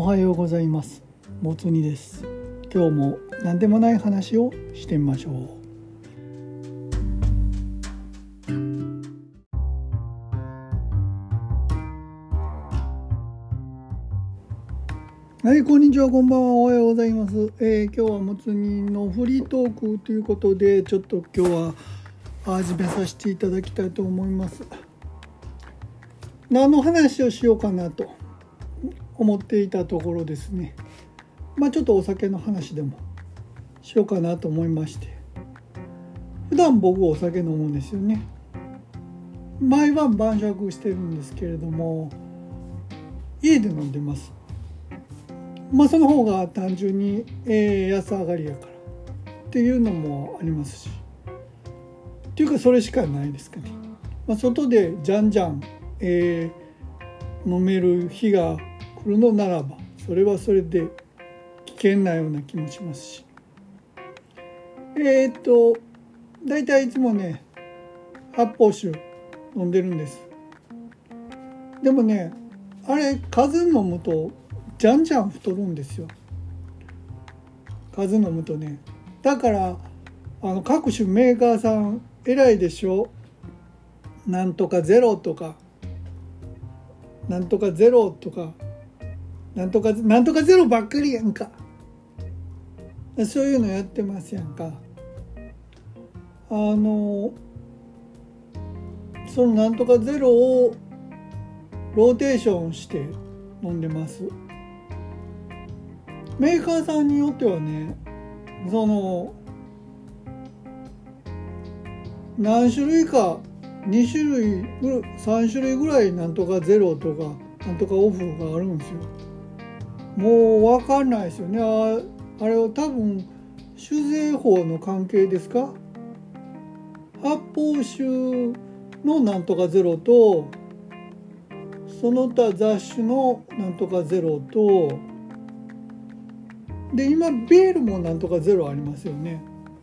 はようございます。もつ煮です。今日も何でもない話をしてみましょう。はい、こんにちは、こんばんは、おはようございます。今日はもつ煮のフリートークということで、ちょっと今日は始めさせていただきたいと思います。何の話をしようかなと思っていたところですね。ちょっとお酒の話でもしようかなと思いまして、普段僕お酒飲むんですよね。毎晩晩酌してるんですけれども、家で飲んでます。その方が単純に、安上がりやからっていうのもありますし、っていうかそれしかないですかね。外でじゃんじゃん、飲める日が来るのならば、それはそれで危険なような気もしますし、だいたいいつもね発泡酒飲んでるんです。でもね、あれ数飲むとじゃんじゃん太るんですよ。数飲むとね。だから各種メーカーさん偉いでしょ。なんとかゼロとかなんとかゼロとかなんとかゼロばっかりやんか。そういうのやってますやんか。そのなんとかゼロをローテーションして飲んでます。メーカーさんによってはね、何種類か2種類3種類ぐらいなんとかゼロとかなんとかオフがあるんですよ。もう分かんないですよね。あれは多分酒税法の関係ですか。発泡酒のなんとかゼロとその他雑種のなんとかゼロとで、今ビールもなんとかゼロありますよね。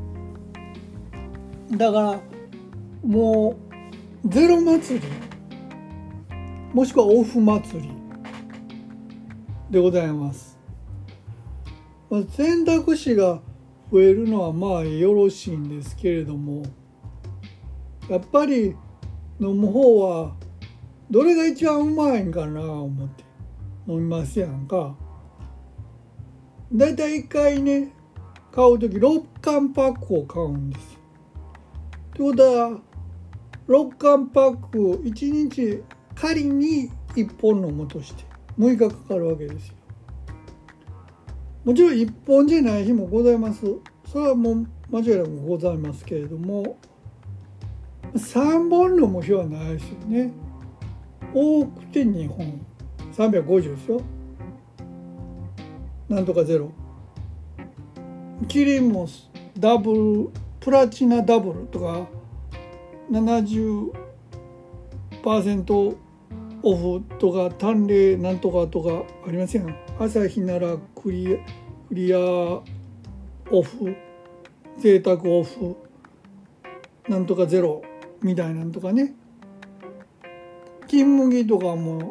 だからもうゼロ祭りもしくはオフ祭りでございます。選択肢が増えるのはよろしいんですけれども、やっぱり飲む方はどれが一番うまいんかな思って飲みますやんか。だいたい1回ね買うとき6缶パックを買うんです。ってことは6缶パックを1日仮に1本飲むとして6日かかるわけですよ。もちろん1本じゃない日もございます。それはもう間違いなくございますけれども、3本飲む日はないですよね。多くて2本350ですよ。なんとかゼロキリンもダブルプラチナダブルとか 70% オフとか淡麗なんとかとかありません。朝日ならクリアオフ、贅沢オフなんとかゼロみたいなんとかね。金麦とかも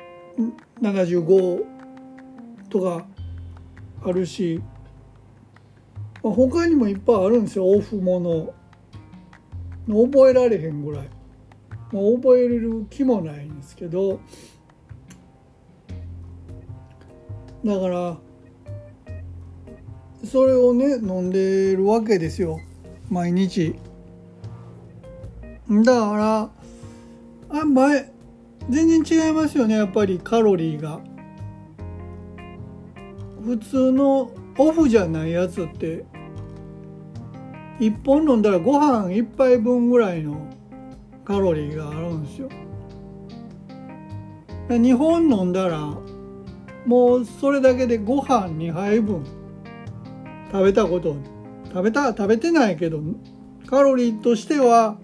75とかあるし、他にもいっぱいあるんですよ。オフもの覚えられへんぐらい、覚えれる気もないんですけど、だからそれをね飲んでるわけですよ、毎日。だから全然違いますよね。やっぱりカロリーが普通のオフじゃないやつって1本飲んだらご飯1杯分ぐらいのカロリーがあるんですよ。2本飲んだらもうそれだけでご飯2杯分食べてないけどカロリーとしては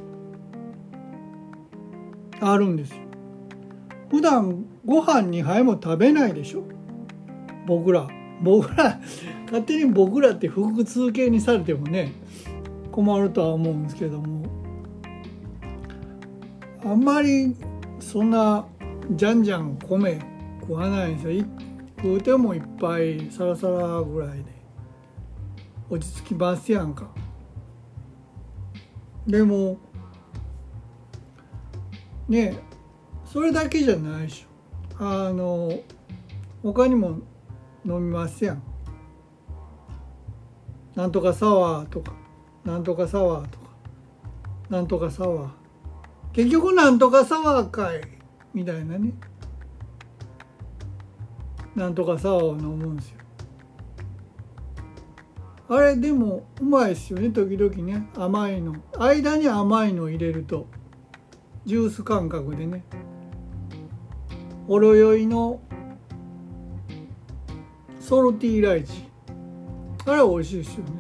あるんですよ。普段ご飯2杯も食べないでしょ。僕ら勝手に僕らって複数形にされてもね困るとは思うんですけども、あんまりそんなじゃんじゃん米食わないんですよ。 食うても一杯サラサラぐらいで落ち着きますやんか。でもね、それだけじゃないでしょ。他にも飲みますやん。なんとかサワーとかなんとかサワーとかなんとかサワー、結局なんとかサワーかいみたいなね、なんとかサワーを飲むんですよ。あれでもうまいですよね、時々ね。甘いの間に甘いのを入れるとジュース感覚でね、ほろ酔いのソルティーライチ、あれ美味しいですよね。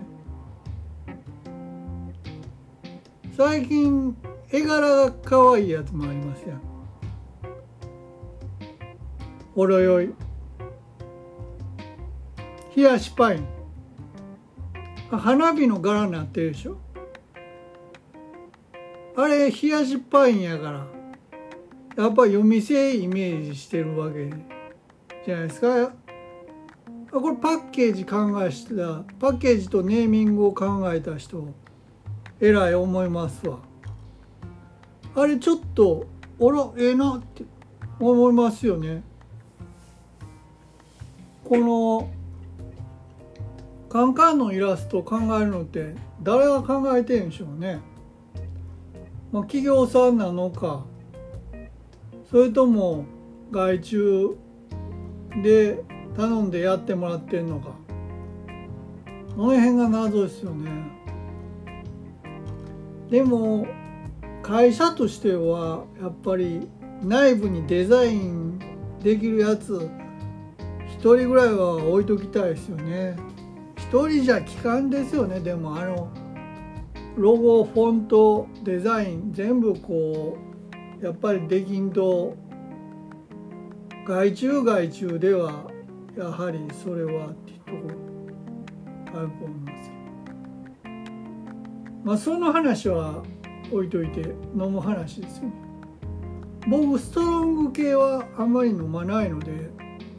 最近絵柄が可愛いやつもありますやん。ほろ酔い冷やしパイン、花火の柄になってるでしょ。あれ冷やしパインやからやっぱ夜店イメージしてるわけじゃないですか。これパッケージパッケージとネーミングを考えた人偉い思いますわ。あれちょっとええなって思いますよね。このカンカンのイラストを考えるのって誰が考えてんでしょうね。企業さんなのか、それとも外注で頼んでやってもらってんのか、この辺が謎ですよね。でも会社としてはやっぱり内部にデザインできるやつ一人ぐらいは置いときたいですよね。一人じゃ効かんですよね。でもロゴ、フォント、デザイン全部やっぱりできんと、外注ではやはりそれはっていうところあると思います。その話は置いといて飲む話ですよね。僕ストロング系はあんまり飲まないので、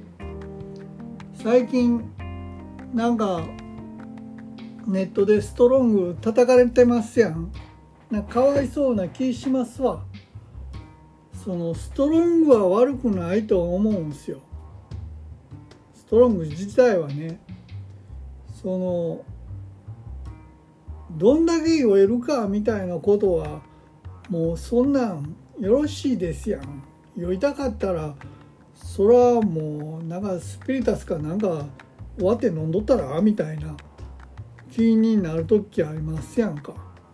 最近なんかネットでストロング叩かれてますやん。かわいそうな気しますわ。そのストロングは悪くないと思うんですよ。ストロング自体はね、どんだけ酔えるかみたいなことはもうそんなんよろしいですやん。酔いたかったらそらもうなんかスピリタスかなんか終わって飲んどったらみたいな気になる時ありますやんか。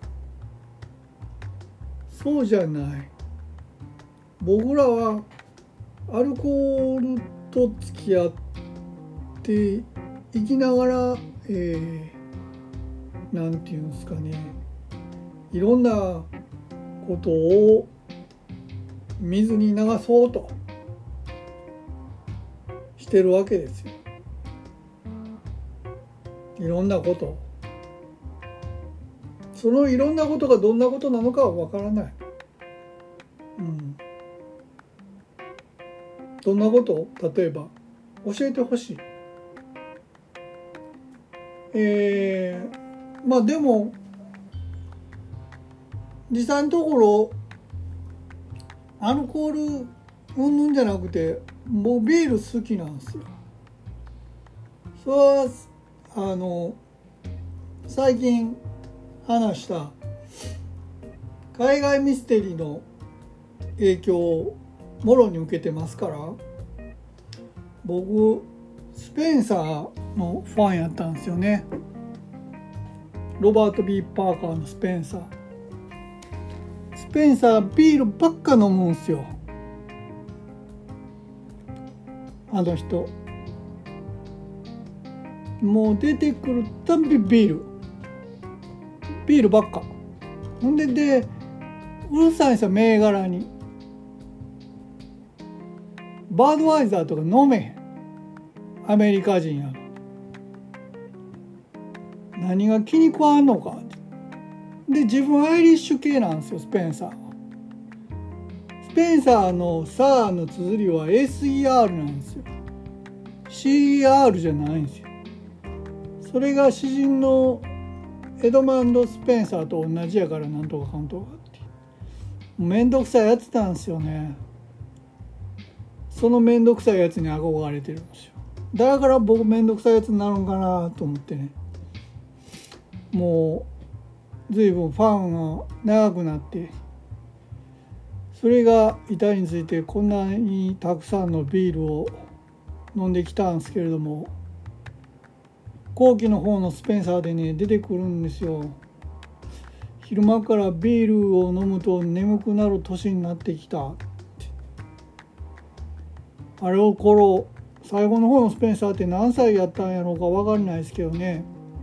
そうじゃない。僕らはアルコールと付き合っていきながら、なんていうんですかね、いろんなことを水に流そうとしてるわけですよ。いろんなこと、そのいろんなことがどんなことなのかはわからない。どんなことを例えば教えてほしい。でも実際のところアルコールうんぬんじゃなくて、もうビール好きなんですよ。それは最近話した海外ミステリーの影響をもろに受けてますから。僕スペンサーのファンやったんですよね。ロバート・ B ・パーカーのスペンサービールばっか飲むんすよ。あの人もう出てくるたんびビールばっか。ほんでうるさいんですよ、銘柄に。バードワイザーとか飲めへん。アメリカ人や。何が気に食わんのか。で自分アイリッシュ系なんですよ、スペンサーは。スペンサーのサーの綴りは SER なんですよ。 CR じゃないんですよ。それが詩人のエドマンド・スペンサーと同じやからなんとかかんとかってめんどくさいやつなんですよね。そのめんどくさいやつに憧れてるんですよ。だから僕めんどくさいやつになるんかなと思ってね、もう随分ファンが長くなって、それが板についてこんなにたくさんのビールを飲んできたんですけれども、後期の方のスペンサーでね出てくるんですよ。昼間からビールを飲むと眠くなる年になってきたって。あれを頃最後の方のスペンサーって何歳やったんやろうか分かんないですけどね、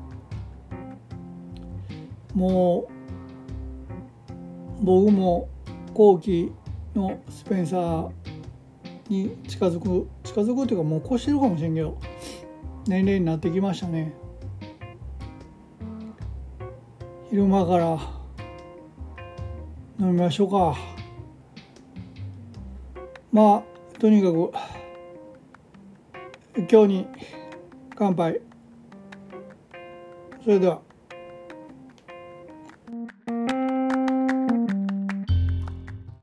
もう僕も後期のスペンサーに近づくっていうかもう越してるかもしれんけど年齢になってきましたね。昼間から飲みましょうか。まあとにかく今日に乾杯。それでは。